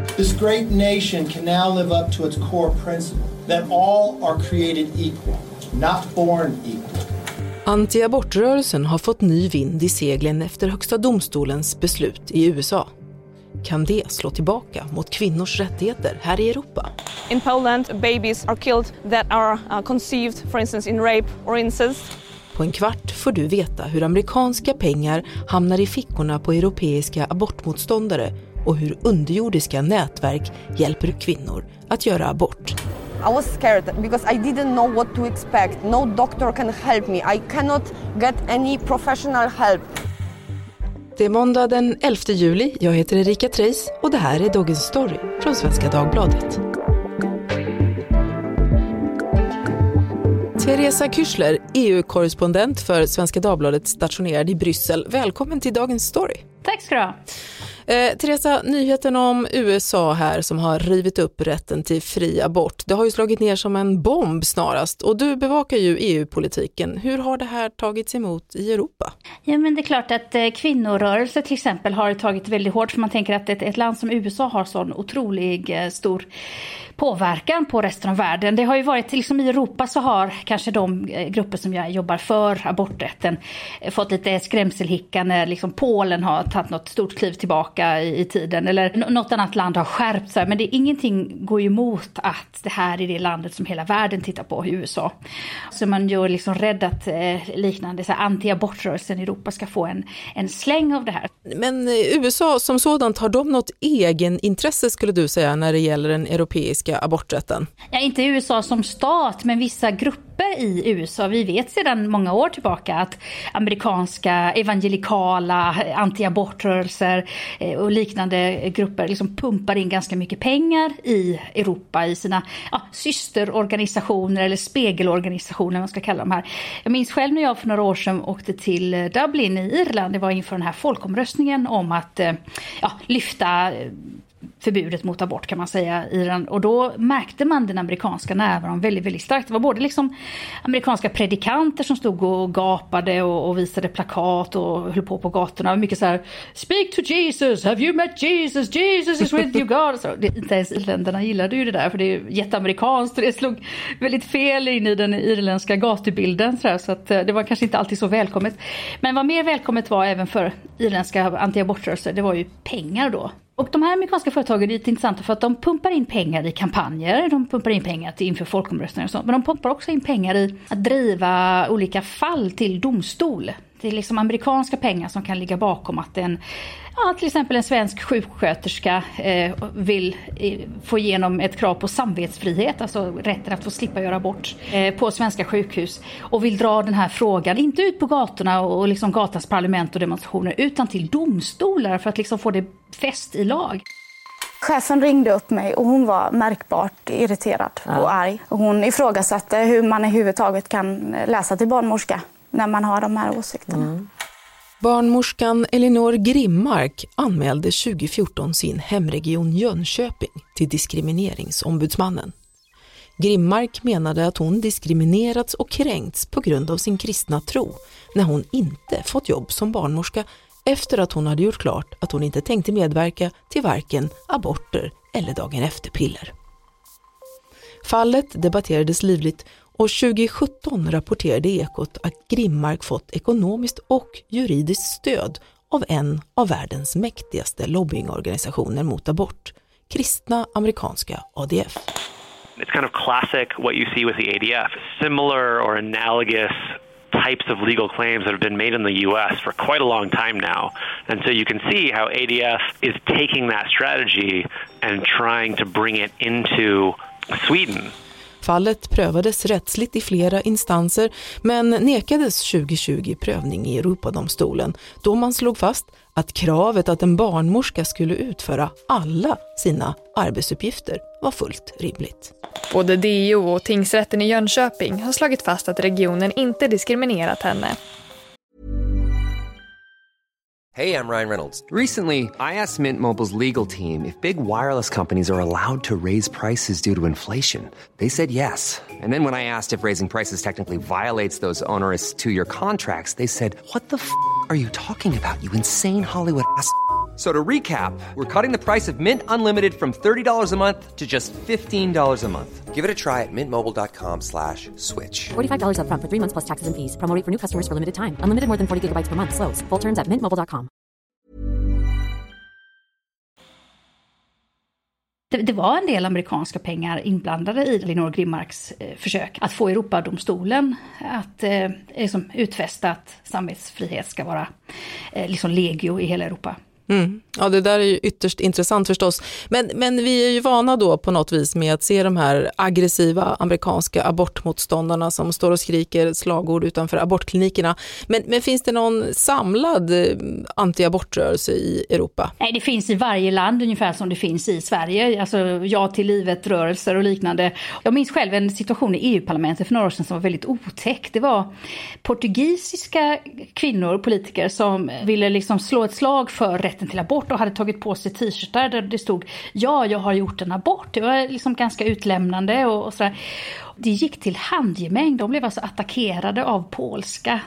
This great nation can now live up to its core principle that all are created equal, not born equal. Anti-abortrörelsen har fått ny vind i seglen efter Högsta domstolens beslut i USA. Kan det slå tillbaka mot kvinnors rättigheter här i Europa? In Poland, babies are killed that are conceived, for instance, in rape or incest. På en kvart får du veta hur amerikanska pengar hamnar i fickorna på europeiska abortmotståndare och hur underjordiska nätverk hjälper kvinnor att göra abort. I was scared because I didn't know what to expect. No doctor can help me. I cannot get any professional help. Det är måndag den 11 juli. Jag heter Erika Treis och det här är Dagens Story från Svenska Dagbladet. Teresa Küchler, EU-korrespondent för Svenska Dagbladet, stationerad i Bryssel. Välkommen till Dagens Story. Tack ska du ha. Teresa, nyheten om USA här som har rivit upp rätten till fri abort, det har ju slagit ner som en bomb snarast, och du bevakar ju EU-politiken. Hur har det här tagits emot i Europa? Ja, men det är klart att kvinnorörelser till exempel har tagit väldigt hårt, för man tänker att ett land som USA har sån otrolig stor påverkan på resten av världen. Det har ju varit, liksom i Europa så har kanske de grupper som jag jobbar för aborträtten fått lite skrämselhicka när liksom Polen har tagit något stort kliv tillbaka i tiden, eller något annat land har skärpt sig. Men det, ingenting går ju emot att det här är det landet som hela världen tittar på i USA. Så man gör liksom rädd att liknande så här, anti-abortrörelsen i Europa ska få en släng av det här. Men USA som sådant, har de något egen intresse skulle du säga när det gäller den europeiska aborträtten? Ja, inte USA som stat, men vissa grupper i USA. Vi vet sedan många år tillbaka att amerikanska evangelikala anti-abortrörelser och liknande grupper liksom pumpar in ganska mycket pengar i Europa i sina systerorganisationer eller spegelorganisationer, man ska kalla dem här. Jag minns själv när jag för några år sedan åkte till Dublin i Irland. Det var inför den här folkomröstningen om att lyfta förbudet mot abort, kan man säga, i Iran. Och då märkte man den amerikanska närvaron väldigt, väldigt starkt. Det var både liksom amerikanska predikanter som stod och gapade och visade plakat och höll på gatorna. Mycket så här: "Speak to Jesus, have you met Jesus? Jesus is with you, God." Så inte ens irländarna gillade ju det där, för det är jätteamerikanskt och det slog väldigt fel in i den irländska gatubilden. Så att det var kanske inte alltid så välkommet. Men vad mer välkommet var även för irländska anti-abortrörelser, det var ju pengar då. Och de här amerikanska företagen är lite intressanta för att de pumpar in pengar i kampanjer, de pumpar in pengar inför folkomröstningar och sånt. Men de pumpar också in pengar i att driva olika fall till domstol. Det är liksom amerikanska pengar som kan ligga bakom att till exempel en svensk sjuksköterska vill få igenom ett krav på samvetsfrihet, alltså rätten att få slippa göra abort på svenska sjukhus, och vill dra den här frågan inte ut på gatorna och liksom gatans parlament och demonstrationer, utan till domstolar för att liksom få det fäst i lag. Chefen ringde upp mig och hon var märkbart irriterad och arg. Och hon ifrågasatte hur man i huvudtaget kan läsa till barnmorska när man har de här åsikterna. Barnmorskan Elinor Grimmark anmälde 2014 sin hemregion Jönköping till diskrimineringsombudsmannen. Grimmark menade att hon diskriminerats och kränkts på grund av sin kristna tro när hon inte fått jobb som barnmorska efter att hon hade gjort klart att hon inte tänkte medverka till varken aborter eller dagen efter-piller. Fallet debatterades livligt och 2017 rapporterade Ekot att Grimmark fått ekonomiskt och juridiskt stöd av en av världens mäktigaste lobbyingorganisationer mot abort, kristna amerikanska ADF. It's kind of classic what you see with the ADF, similar or analogous types of legal claims that have been made in the US for quite a long time now. And so you can see how ADF is taking that strategy and trying to bring it into Sweden. Fallet prövades rättsligt i flera instanser men nekades 2020 prövning i Europadomstolen då man slog fast att kravet att en barnmorska skulle utföra alla sina arbetsuppgifter var fullt rimligt. Både DO och tingsrätten i Jönköping har slagit fast att regionen inte diskriminerat henne. Hey, I'm Ryan Reynolds. Recently, I asked Mint Mobile's legal team if big wireless companies are allowed to raise prices due to inflation. They said yes. And then when I asked if raising prices technically violates those onerous two-year contracts, they said, "What the f*** are you talking about, you insane Hollywood ass?" So to recap, we're cutting the price of Mint Unlimited from $30 a month to just $15 a month. Give it a try at mintmobile.com/switch. $45 up front for 3 months plus taxes and fees. Promo rate for new customers for limited time. Unlimited more than 40 gigabytes per month. Slows full terms at mintmobile.com. Det var en del amerikanska pengar inblandade i Elinor Grimmarks försök att få Europadomstolen att liksom utfästa att samvetsfrihet ska vara liksom legio i hela Europa. Mm. Ja, det där är ju ytterst intressant förstås. Men vi är ju vana då på något vis med att se de här aggressiva amerikanska abortmotståndarna som står och skriker slagord utanför abortklinikerna. Men finns det någon samlad anti-abortrörelse i Europa? Nej, det finns i varje land ungefär som det finns i Sverige. Alltså ja till livet-rörelser och liknande. Jag minns själv en situation i EU-parlamentet för några år sedan som var väldigt otäck. Det var portugisiska kvinnor, politiker, som ville liksom slå ett slag för rätten till abort och hade tagit på sig t-shirtar där det stod ja, jag har gjort en abort. Det var liksom ganska utlämnande och sådär. Det gick till handgemäng. De blev alltså attackerade av polska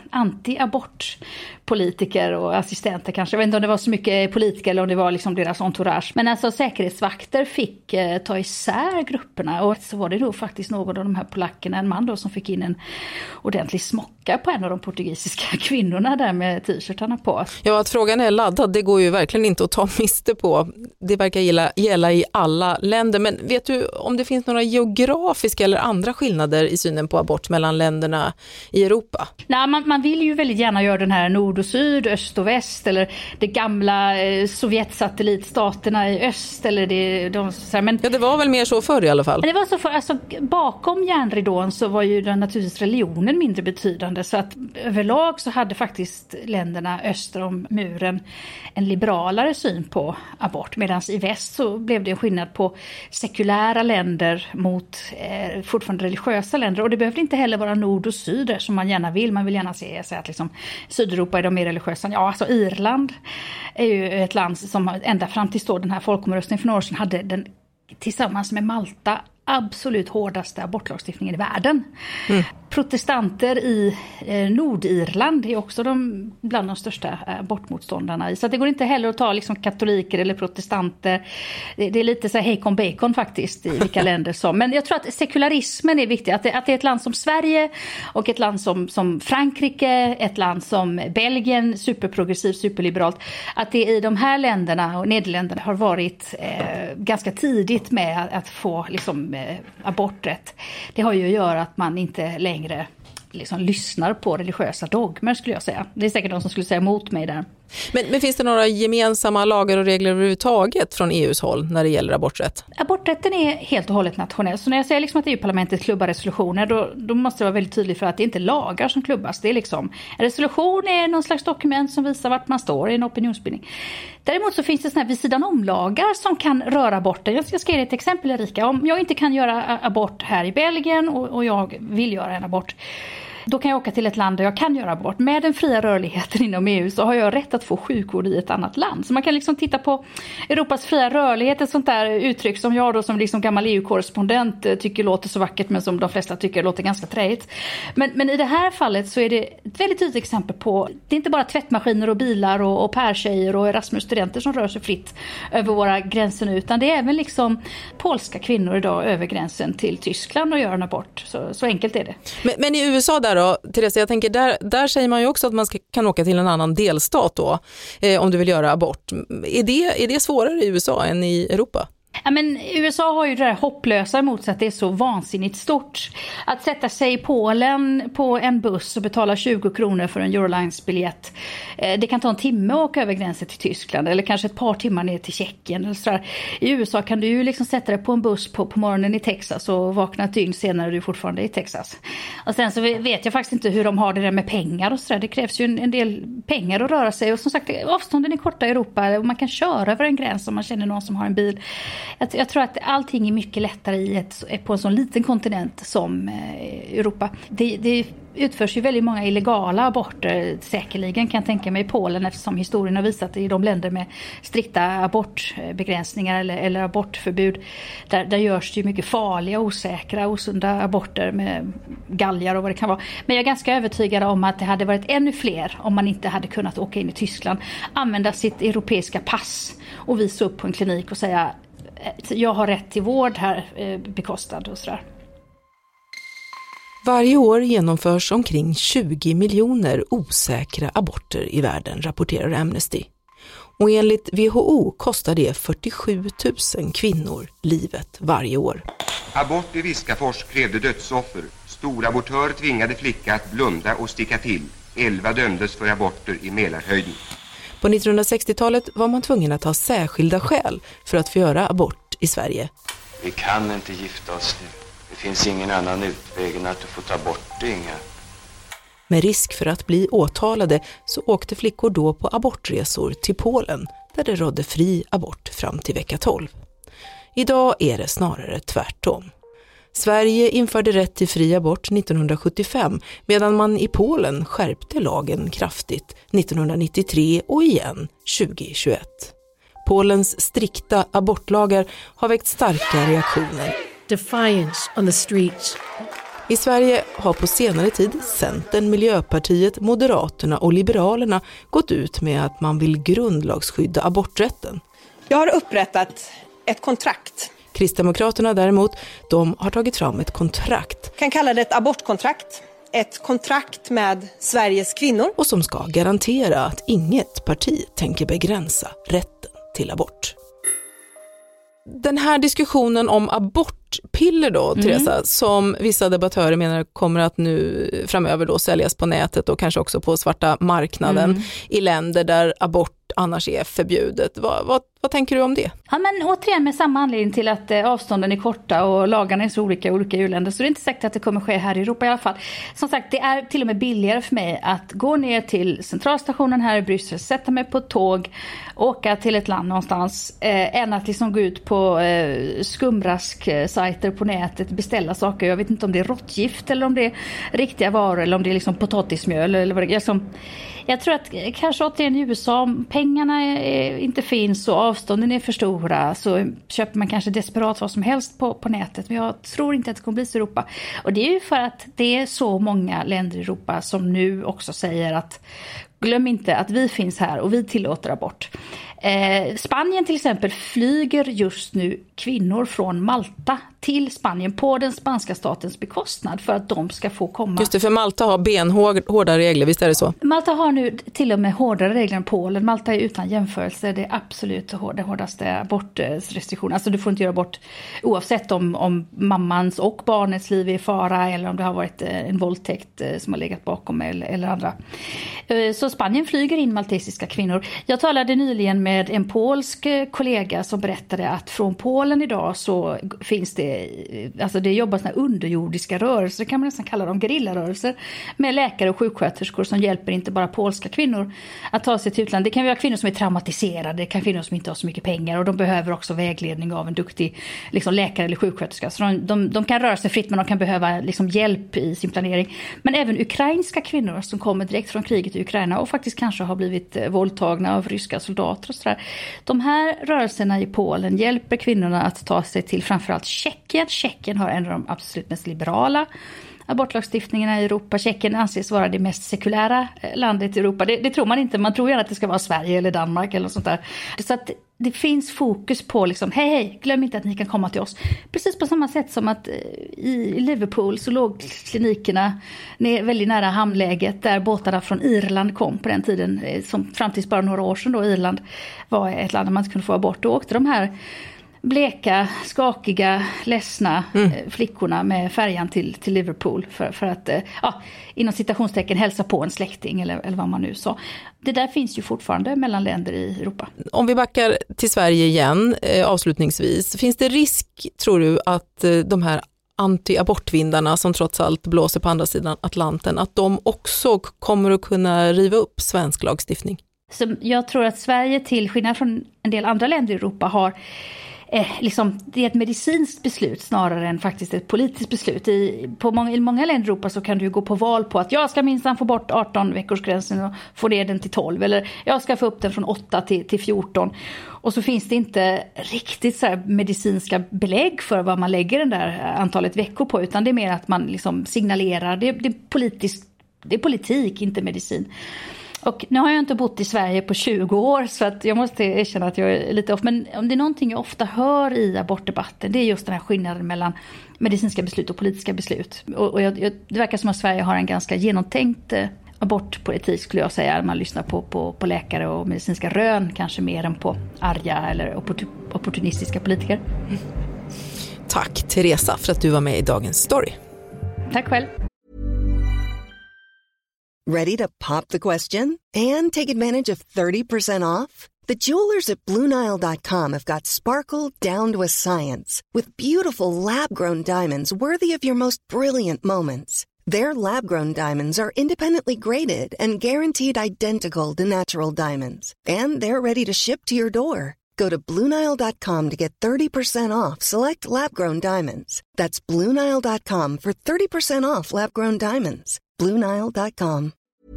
anti-abortpolitiker och assistenter kanske. Jag vet inte om det var så mycket politiker eller om det var liksom deras entourage. Men alltså säkerhetsvakter fick ta isär grupperna. Och så var det då faktiskt någon av de här polackerna, en man då, som fick in en ordentlig smocka på en av de portugisiska kvinnorna där med t-shirtarna på. Ja, att frågan är laddad, det går ju verkligen inte att ta miste på. Det verkar gälla i alla länder. Men vet du om det finns några geografiska eller andra skillnader i synen på abort mellan länderna i Europa? Nej, man vill ju väldigt gärna göra den här nord och syd, öst och väst, eller det gamla Sovjetsatellitstaterna i öst, eller men ja, det var väl mer så förr i alla fall. Det var så för, alltså, bakom järnridån så var ju naturligtvis religionen mindre betydande, så att överlag så hade faktiskt länderna öster om muren en liberalare syn på abort, medan i väst så blev det en skillnad på sekulära länder mot fortfarande religiösa länder. Och det behöver inte heller vara nord och syd som man gärna vill. Man vill gärna se att liksom Sydeuropa är de mer religiösa. Ja, alltså Irland är ju ett land som ända fram till den här folkomröstningen för några år sedan hade den tillsammans med Malta absolut hårdaste abortlagstiftningen i världen. Mm. Protestanter i Nordirland är också bland de största abortmotståndarna i. Så det går inte heller att ta liksom katoliker eller protestanter. Det är lite så här hejkon bacon faktiskt i vilka länder som. Men jag tror att sekularismen är viktig. Att det är ett land som Sverige och ett land som Frankrike, ett land som Belgien, superprogressivt, superliberalt. Att det i de här länderna och Nederländerna har varit ganska tidigt med att få liksom aborträtt. Det har ju att göra att man inte längre liksom lyssnar på religiösa dogmer, skulle jag säga. Det är säkert de som skulle säga emot mig där. Men finns det några gemensamma lagar och regler överhuvudtaget från EUs håll när det gäller aborträtt? Aborträtten är helt och hållet nationell. Så när jag säger liksom att EU-parlamentet klubbar resolutioner, då måste jag vara väldigt tydlig för att det är inte lagar som klubbas. Det är liksom, en resolution är någon slags dokument som visar vart man står i en opinionsbildning. Däremot så finns det såna här vid sidan om lagar som kan röra aborten. Jag ska ge dig ett exempel, Erika. Om jag inte kan göra abort här i Belgien och jag vill göra en abort, då kan jag åka till ett land där jag kan göra abort. Med den fria rörligheten inom EU så har jag rätt att få sjukvård i ett annat land. Så man kan liksom titta på Europas fria rörlighet, ett sånt där uttryck som jag då som liksom gammal EU-korrespondent tycker låter så vackert, men som de flesta tycker låter ganska träigt. Men i det här fallet så är det ett väldigt tydligt exempel på, det är inte bara tvättmaskiner och bilar och pärtjejer och Erasmus-studenter som rör sig fritt över våra gränser nu, utan det är även liksom polska kvinnor idag över gränsen till Tyskland och gör en abort. Så enkelt är det. Men i USA där då, Therese, jag tänker där säger man ju också att man kan åka till en annan delstat då om du vill göra abort. Är det svårare i USA än i Europa? Ja, men USA har ju det där hopplösa emot sig att det är så vansinnigt stort. Att sätta sig i Polen på en buss och betala 20 kronor för en Eurolines-biljett. Det kan ta en timme att åka över gränsen till Tyskland eller kanske ett par timmar ner till Tjeckien. Eller så där. I USA kan du ju liksom sätta dig på en buss på morgonen i Texas och vakna ett dygn senare är du fortfarande i Texas. Och sen så vet jag faktiskt inte hur de har det där med pengar och så där. Det krävs ju en del pengar att röra sig och som sagt avstånden är korta i Europa och man kan köra över en gräns om man känner någon som har en bil. Jag tror att allting är mycket lättare på en sån liten kontinent som Europa. Det utförs ju väldigt många illegala aborter, säkerligen kan jag tänka mig i Polen, eftersom historien har visat att i de länder med strikta abortbegränsningar eller abortförbud, där görs det ju mycket farliga, osäkra, osunda aborter med galgar och vad det kan vara. Men jag är ganska övertygad om att det hade varit ännu fler om man inte hade kunnat åka in i Tyskland, använda sitt europeiska pass och visa upp på en klinik och säga jag har rätt till vård här, bekostad och sådär. Varje år genomförs omkring 20 miljoner osäkra aborter i världen, rapporterar Amnesty. Och enligt WHO kostar det 47 000 kvinnor livet varje år. Abort i Viskafors krävde dödsoffer. Storabortör tvingade flicka att blunda och sticka till. 11 dömdes för aborter i Mälarhöjden. På 1960-talet var man tvungen att ha särskilda skäl för att få göra abort i Sverige. Vi kan inte gifta oss nu. Det finns ingen annan utväg än att du får ta bort det, Inga. Med risk för att bli åtalade så åkte flickor då på abortresor till Polen, där det rådde fri abort fram till vecka 12. Idag är det snarare tvärtom. Sverige införde rätt till fri abort 1975, medan man i Polen skärpte lagen kraftigt 1993 och igen 2021. Polens strikta abortlagar har väckt starka reaktioner. Defiance on the streets. I Sverige har på senare tid Centern, Miljöpartiet, Moderaterna och Liberalerna gått ut med att man vill grundlagsskydda aborträtten. Jag har upprättat ett kontrakt. Kristdemokraterna däremot, de har tagit fram ett kontrakt. Jag kan kalla det ett abortkontrakt. Ett kontrakt med Sveriges kvinnor. Och som ska garantera att inget parti tänker begränsa rätten till abort. Den här diskussionen om abortpiller då, Teresa, som vissa debattörer menar kommer att nu framöver då säljas på nätet och kanske också på svarta marknaden i länder där abort annars är förbjudet. Vad tänker du om det? Ja, men återigen med samma anledning till att avstånden är korta och lagarna är så olika i olika EU-länder, så det är inte säkert att det kommer ske här i Europa i alla fall. Som sagt, det är till och med billigare för mig att gå ner till centralstationen här i Bryssel, sätta mig på ett tåg, åka till ett land någonstans, än att liksom gå ut på skumrask-sajter på nätet, beställa saker. Jag vet inte om det är råttgift eller om det är riktiga varor eller om det är liksom potatismjöl eller vad det är. Jag tror att kanske återigen i USA, om pengarna inte finns och avstånden är för stora, så köper man kanske desperat vad som helst på nätet. Men jag tror inte att det kommer bli så i Europa. Och det är ju för att det är så många länder i Europa som nu också säger att glöm inte att vi finns här och vi tillåter abort. Spanien till exempel flyger just nu kvinnor från Malta till Spanien på den spanska statens bekostnad för att de ska få komma. Just det, för Malta har benhårda regler, visst är det så? Malta har nu till och med hårdare regler än Polen. Malta är utan jämförelse det absolut den hårdaste abortrestriktionen. Alltså du får inte göra abort oavsett om mammans och barnets liv är i fara eller om det har varit en våldtäkt som har legat bakom eller andra. Så Spanien flyger in maltesiska kvinnor. Jag talade nyligen med en polsk kollega som berättade att från Polen idag så finns det, alltså det jobbas såna underjordiska rörelser, kan man nästan kalla dem gerillarörelser, med läkare och sjuksköterskor som hjälper inte bara polska kvinnor att ta sig till utlandet. Det kan vara kvinnor som är traumatiserade, det kan vara kvinnor som inte har så mycket pengar och de behöver också vägledning av en duktig liksom, läkare eller sjuksköterska. Så de kan röra sig fritt, men de kan behöva liksom, hjälp i sin planering. Men även ukrainska kvinnor som kommer direkt från kriget i Ukraina och faktiskt kanske har blivit våldtagna av ryska soldater och sådär. De här rörelserna i Polen hjälper kvinnorna att ta sig till framförallt Tjeckien. Tjeckien har en av de absolut mest liberala abortlagstiftningarna i Europa. Tjeckien anses vara det mest sekulära landet i Europa. Det tror man inte. Man tror gärna att det ska vara Sverige eller Danmark eller något sånt där. Så att det finns fokus på liksom, hej, glöm inte att ni kan komma till oss. Precis på samma sätt som att i Liverpool så låg klinikerna väldigt nära hamnläget där båtarna från Irland kom på den tiden. Som fram tills bara några år sedan då Irland var ett land där man inte kunde få abort. Då åkte de här bleka, skakiga, ledsna flickorna med färjan till Liverpool för att inom citationstecken hälsa på en släkting eller vad man nu sa. Det där finns ju fortfarande mellan länder i Europa. Om vi backar till Sverige igen avslutningsvis, finns det risk, tror du, att de här anti-abortvindarna som trots allt blåser på andra sidan Atlanten, att de också kommer att kunna riva upp svensk lagstiftning? Så jag tror att Sverige, till skillnad från en del andra länder i Europa, har det är ett medicinskt beslut snarare än faktiskt ett politiskt beslut. I många länder i Europa så kan du gå på val på att jag ska minsann få bort 18 veckorsgränsen och få ner den till 12. Eller jag ska få upp den från 8 till 14. Och så finns det inte riktigt så här medicinska belägg för vad man lägger den där antalet veckor på. Utan det är mer att man liksom signalerar. Det är politik, inte medicin. Och nu har jag inte bott i Sverige på 20 år så att jag måste erkänna att jag är lite off. Men om det är någonting jag ofta hör i abortdebatten, det är just den här skillnaden mellan medicinska beslut och politiska beslut. Och det verkar som att Sverige har en ganska genomtänkt abortpolitik skulle jag säga. Man lyssnar på läkare och medicinska rön kanske mer än på arga eller opportunistiska politiker. Tack Teresa för att du var med i Dagens Story. Tack själv. Ready to pop the question and take advantage of 30% off? The jewelers at BlueNile.com have got sparkle down to a science with beautiful lab-grown diamonds worthy of your most brilliant moments. Their lab-grown diamonds are independently graded and guaranteed identical to natural diamonds. And they're ready to ship to your door. Go to BlueNile.com to get 30% off select lab-grown diamonds. That's BlueNile.com for 30% off lab-grown diamonds. BlueNile.com.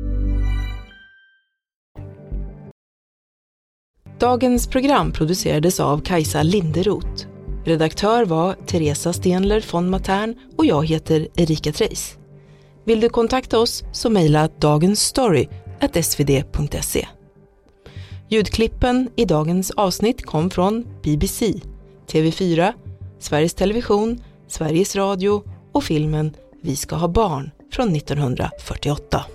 Dagens program producerades av Kajsa Linderoth. Redaktör var Teresa Stenler von Matern och jag heter Erika Treis. Vill du kontakta oss så mejla dagensstory@svd.se. Ljudklippen i dagens avsnitt kom från BBC, TV4, Sveriges Television, Sveriges Radio och filmen Vi ska ha barn från 1948.